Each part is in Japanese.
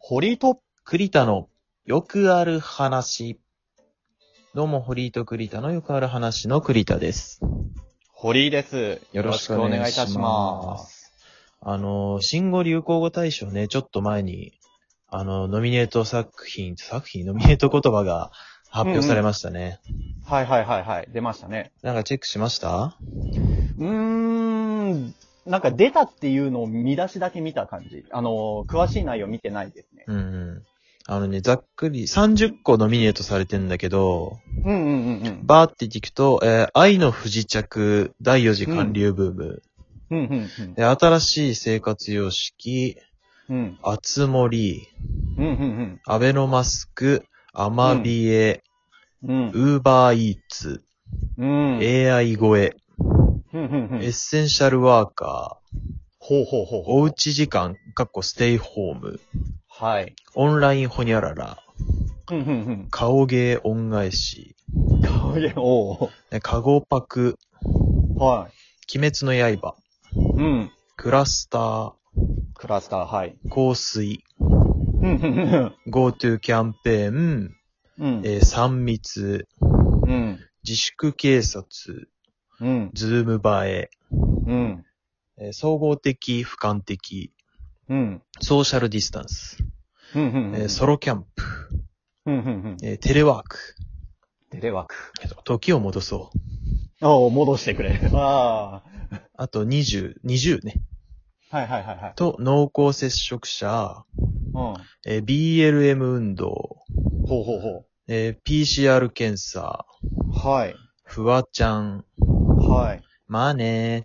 堀と栗田のよくある話。どうも、堀井と栗田のよくある話の栗田です。 堀井です。よろしくお願いいたします。 新語・流行語大賞ね、ちょっと前に、ノミネートノミネート言葉が発表されましたね。 はいはいはいはい。出ましたね。 なんかチェックしました？ なんか出たっていうのを見出しだけ見た感じ。詳しい内容見てないですね。 ざっくり30個ノミネートされてんだけど、バーっていくと、愛の不時着、第4次韓流ブーム、で新しい生活様式、あつ森、アベノマスク、アマビエ、ウーバーイーツ、AI 超え、エッセンシャルワーカー、おうち時間、ステイホーム、 はい。 オンラインホニャララ、顔芸恩返し、 顔芸、 カゴパク、 はい。 鬼滅の刃、クラスター、 はい。 香水、GoTo キャンペーン、3密、自粛警察、ズーム映え、総合的、俯瞰的、ソーシャルディスタンス、ソロキャンプ、テレワーク。時を戻そう。 戻してくれ。 あと20ね。 はい。 と、濃厚接触者、BLM 運動、PCR 検査、 はい。 フワちゃん、 はい。 まあね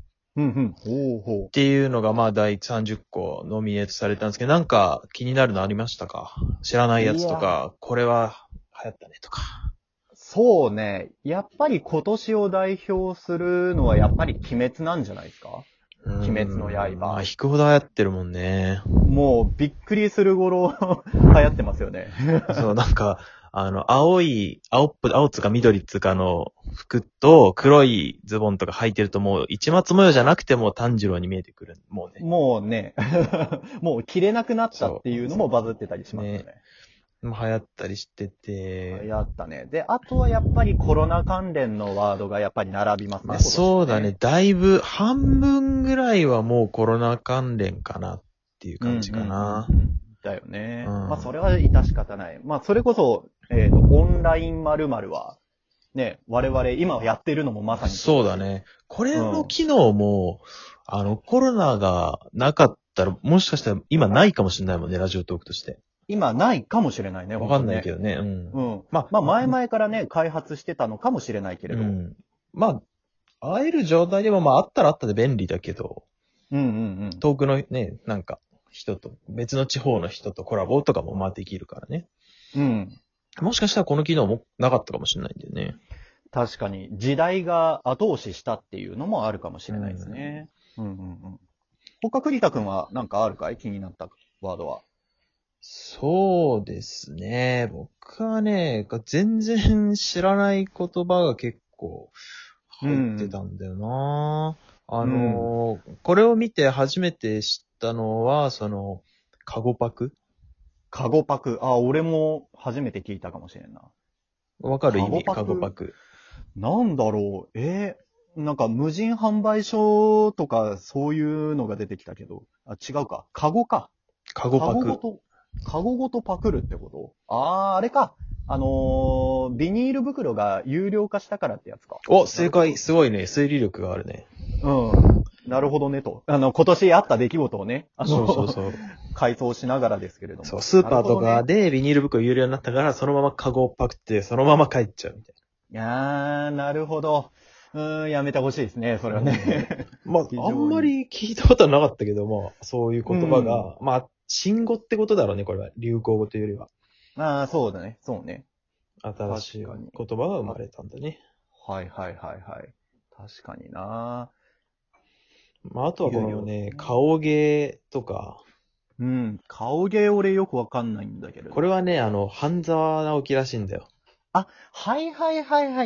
っていうのが第30個ノミネートされたんですけど、なんか気になるのありましたか？知らないやつとか、これは流行ったねとか。 そうね。やっぱり今年を代表するのはやっぱり鬼滅なんじゃないですか？鬼滅の刃。 引くほど流行ってるもんね。 もうびっくりする頃流行ってますよね。 そう、なんか、青つうか緑つうかの服と黒いズボンとか履いてるともう市松模様じゃなくても炭治郎に見えてくる。もうね、もう着れなくなったっていうのもバズってたりしますよね。 流行ったりしてて。 流行ったね。で、あとはやっぱりコロナ関連のワードがやっぱり並びますね。 そうだね。だいぶ半分ぐらいはもうコロナ関連かなっていう感じかな。 だよね。それは致し方ない。それこそ、オンライン〇〇は、ね、我々今やってるのもまさにそうだね。これの機能も、コロナがなかったら、もしかしたら今ないかもしれないもんね、ラジオトークとして。 今ないかもしれないね。 わかんないけどね。 前々からね、開発してたのかもしれないけれど。 会える状態でもあったらあったで便利だけど。遠くのね、なんか、人と、別の地方の人とコラボとかもできるからね。もしかしたらこの機能もなかったかもしれないんだよね。 確かに、時代が後押ししたっていうのもあるかもしれないですね。他栗田くんはなんかあるかい？気になったワードは。 そうですね。僕はね、全然知らない言葉が結構入ってたんだよな。これを見て初めて知ったのは、カゴパク。 俺も初めて聞いたかもしれんな。 わかる意味？カゴパク。 なんだろう。なんか無人販売所とかそういうのが出てきたけど。違うか。カゴか。 カゴパク。 カゴごとパクるってこと？あれか。ビニール袋が有料化したからってやつか。 正解。すごいね。推理力があるね。 なるほどねと。今年あった出来事をね。 そう。 回想しながらですけれども。 そう、スーパーとかでビニール袋有料になったから、そのままカゴをパクって、そのまま帰っちゃうみたいな。なるほど。やめてほしいですね、それはね。 あんまり聞いたことはなかったけど、そういう言葉が、新語ってことだろうね、これは。流行語というよりは。 そうだね。そうね。 新しい言葉が生まれたんだね。 はい。確かにな。 あとはこのね、顔芸とか。 顔芸俺よくわかんないんだけど。 これはね、半沢直樹らしいんだよ。 はい。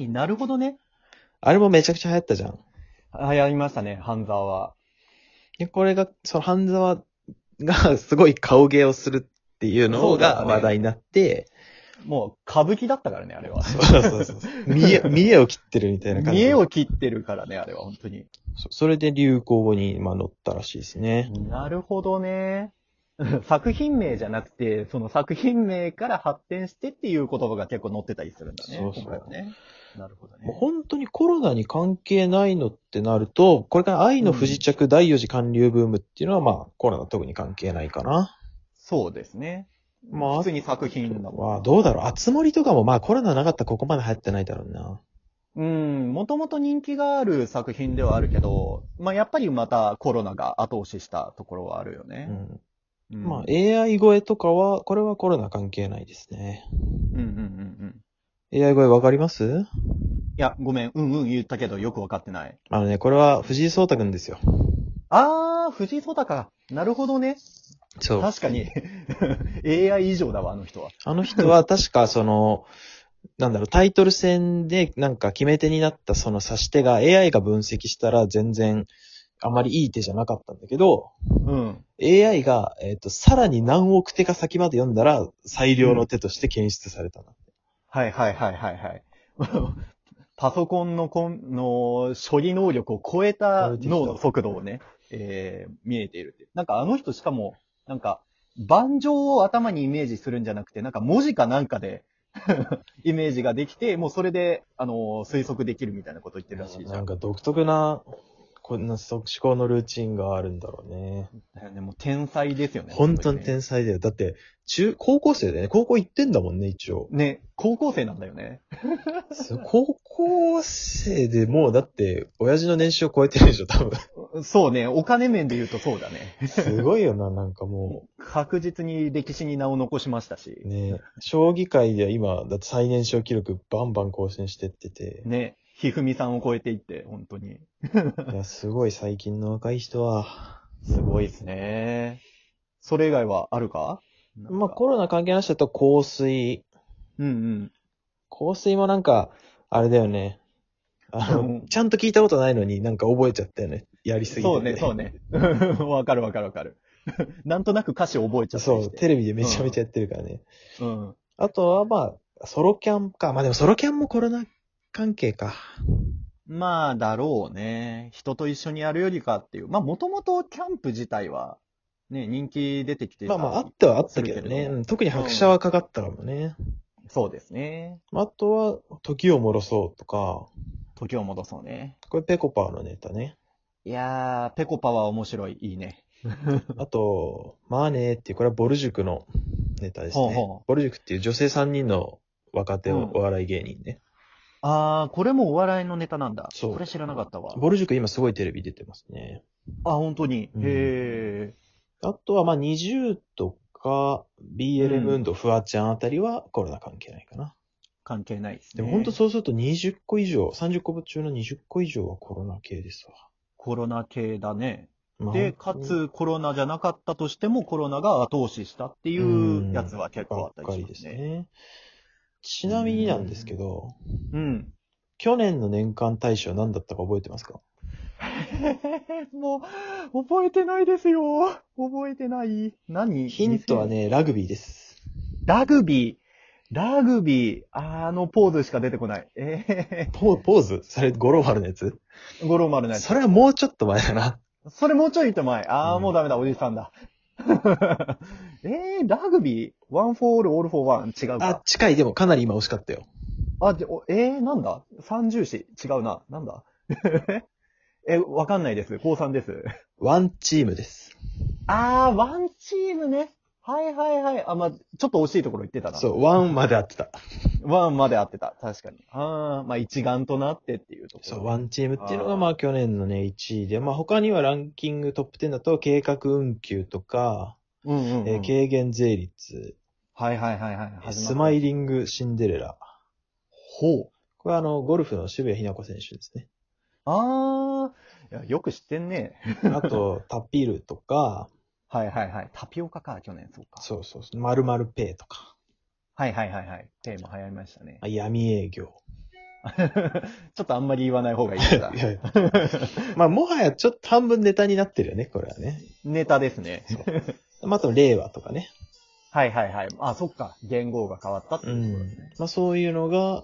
なるほどね。 あれもめちゃくちゃ流行ったじゃん。 流行りましたね、半沢は。 これが、半沢がすごい顔芸をするっていうのが話題になって、 もう歌舞伎だったからね、あれは。 そう。見栄を切ってるみたいな感じ。 見栄を切ってるからね、あれは、本当に。 それで流行語に、乗ったらしいですね。 なるほどね。作品名じゃなくて、その作品名から発展してっていう言葉が結構載ってたりするんだね。 そう。 今回はね。なるほどね。 もう本当にコロナに関係ないのってなると、これから愛の不時着第4次韓流ブームっていうのはコロナ特に関係ないかな。 そうですね。普通に作品だもん。 どうだろう。あつ森とかもコロナなかったらここまで流行ってないだろうな。 もともと人気がある作品ではあるけど、やっぱりまたコロナが後押ししたところはあるよね。 AI 声とかは、これはコロナ関係ないですね。AI 声わかります？ いや、ごめん、言ったけどよくわかってない。 これは藤井聡太くんですよ。 藤井聡太か。なるほどね。 そう。 確かに。AI 以上だわ、あの人は。 あの人は確かタイトル戦で決め手になったその指し手が AI が分析したら全然あまりいい手じゃなかったんだけど、AI が、さらに何億手か先まで読んだら最良の手として検出されたな。 はい。パソコンの処理能力を超えた脳の速度をね、見えているって。あの人しかも、盤上を頭にイメージするんじゃなくて、文字かなんかでイメージができて、もうそれで、推測できるみたいなこと言ってるらしいじゃん。 独特な、こんな思考のルーチンがあるんだろうね。 だよね、もう天才ですよね。 本当に天才だよ。だって、高校生でね、高校行ってんだもんね、一応。 ね、高校生なんだよね。 高校生でもう、だって、親父の年収を超えてるでしょ、多分。そうね、お金面で言うとそうだね。 すごいよな、もう。確実に歴史に名を残しましたし。 ね、将棋界では今、だって最年少記録バンバン更新してってて。 ね。ひふみさんを超えていって、本当に。 いや、すごい最近の若い人は。 すごいですね。それ以外はあるか？ コロナ関係なしだと香水。香水もあれだよね。ちゃんと聞いたことないのに覚えちゃったよね。やりすぎて、 ね。そうね。わかる。なんとなく歌詞覚えちゃった。 そう、テレビでめちゃめちゃやってるからね。あとはソロキャンか。でもソロキャンもコロナ関係か。 だろうね。人と一緒にやるよりかっていう。もともとキャンプ自体は、ね、人気出てきてた。 あってはあったけどね。特に拍車はかかったかもね。 そうですね。 あとは、時を戻そうとか。 時を戻そうね。 これペコパーのネタね。 いやー、ペコパは面白い。いいね。 あと、っていう、これはボル塾のネタですね。ボル塾っていう女性3人の若手お笑い芸人ね。 これもお笑いのネタなんだ。そう。これ知らなかったわ。 ボル塾今すごいテレビ出てますね。 本当に。へー。あとは20とか、BL ムーンド、フワちゃんあたりはコロナ関係ないかな。 関係ないですね。 でも本当そうすると20個以上、30個中の20個以上はコロナ系ですわ。 コロナ系だね。で、かつコロナじゃなかったとしてもコロナが後押ししたっていうやつは結構あったりしますね。 ちなみになんですけど、去年の年間大賞何だったか覚えてますか？ もう、覚えてないですよ。覚えてない。何？ ヒントはね、ラグビーです。 ラグビー。ポーズしか出てこない。 ポーズ？それ、五郎丸のやつ？ 五郎丸のやつ。 それはもうちょっと前だな。 それもうちょいと前。もうダメだ、おじさんだ。ラグビー ?one for all, all for one 違うか。 近い、でもかなり今惜しかったよ。 なんだ三重視違うな。なんだわかんないです。高3です。 ワンチームです。 ワンチームね。はい。ちょっと惜しいところ言ってたな。 そう、ワンまで合ってた。 ワンまで合ってた。確かに。一丸となってっていうところ。 そう、ワンチームっていうのが去年のね、1位で、他にはランキングトップ10だと、計画運休とか、軽減税率。 はい。 スマイリングシンデレラ。 ほう。 これはゴルフの渋谷日向子選手ですね。 いや、よく知ってんね。 あと、タピルとか。 はい。タピオカか、去年、そうか。 そう。〇〇ペイとか。 はい。ペイも流行りましたね。 闇営業。 ちょっとあんまり言わない方がいいですか。 もはやちょっと半分ネタになってるよね、これはね。 ネタですね。 あと、令和とかね。 はいはいはい。あ、そっか。元号が変わったっていうことですね。 まあそういうのが、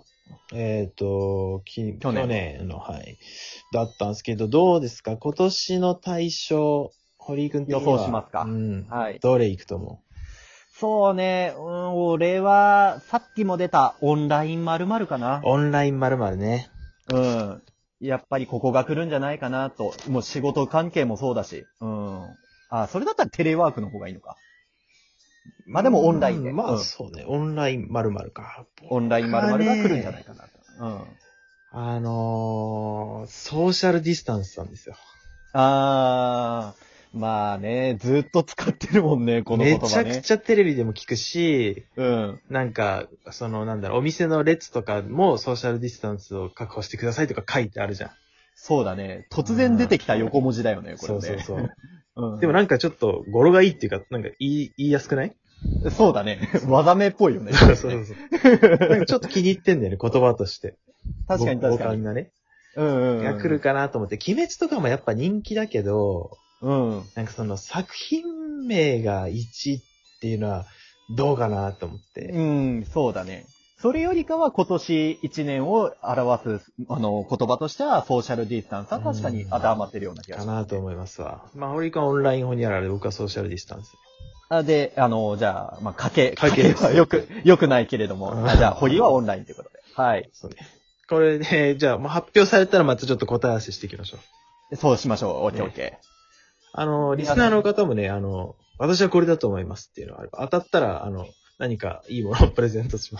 去年の、はい。だったんですけど、どうですか今年の大賞、堀井君的には。 予想しますか。 はい。どれ行くと思う？ そうね、俺は、さっきも出たオンライン〇〇かな。 オンライン〇〇ね。 うん。やっぱりここが来るんじゃないかなと。もう仕事関係もそうだし。うん。あ、それだったらテレワークの方がいいのか。まあでもオンラインで。 まあそうね、オンライン〇〇か。 オンライン〇〇が来るんじゃないかなと。うん。 ソーシャルディスタンスなんですよ。 まあね、ずっと使ってるもんね、この言葉ね。 めちゃくちゃテレビでも聞くし、 うん。 なんか、お店の列とかもソーシャルディスタンスを確保してくださいとか書いてあるじゃん。 そうだね。突然出てきた横文字だよね、これね。 そう。うん、でもなんかちょっと語呂がいいっていうか、なんか言いやすくない？ そうだね。技名っぽいよね。 そう。なんかちょっと気に入ってんだよね、言葉として。 確かに。 語感がね。が来るかなと思って、鬼滅とかもやっぱ人気だけど、なんか作品名が1っていうのはどうかなと思って。 そうだね。それよりかは今年1年を表す、言葉としてはソーシャルディスタンスは確かに当てはまってるような気がします、 かなと思いますわ。まあ、堀川オンラインホニャララで僕はソーシャルディスタンス。 で、じゃあ、まあ、かけはよくないけれども、じゃあ、堀はオンラインということで。はい。 そうね。これで、じゃあ、もう発表されたらまたちょっと答え合わせしていきましょう。そうしましょう。オッケーオッケー。リスナーの方もね、私はこれだと思いますっていうのがあれば、当たったら、何かいいものをプレゼントします。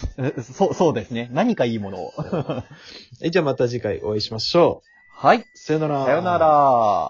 そうですね。何かいいものを。 じゃあまた次回お会いしましょう。はい。 さよなら。 さよなら。